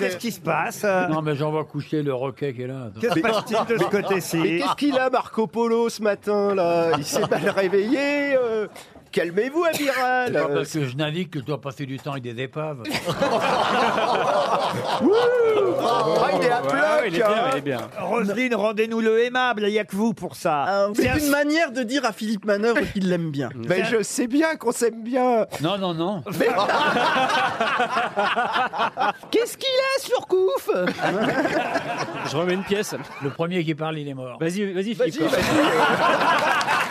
Qu'est-ce qui se passe Non, mais j'en vais coucher le roquet qui est là. Que se passe-t-il de ce côté-ci? Mais qu'est-ce qu'il a, Marco Polo, ce matin, là? Il s'est mal réveillé. Calmez-vous, C'est pas amiral. parce que je navigue que je dois passer du temps avec des épaves. Il est à bloc. il est bien, il est bien. Roselyne, rendez-nous le aimable, il n'y a que vous pour ça. C'est une manière de dire à Philippe Manœuvre qu'il l'aime bien. Mais je sais bien qu'on s'aime bien. Non, non, non. Qu'est-ce qu'il a, Surcouf? Je remets une pièce. Le premier qui parle, il est mort. Vas-y, Vas-y, Philippe. vas-y.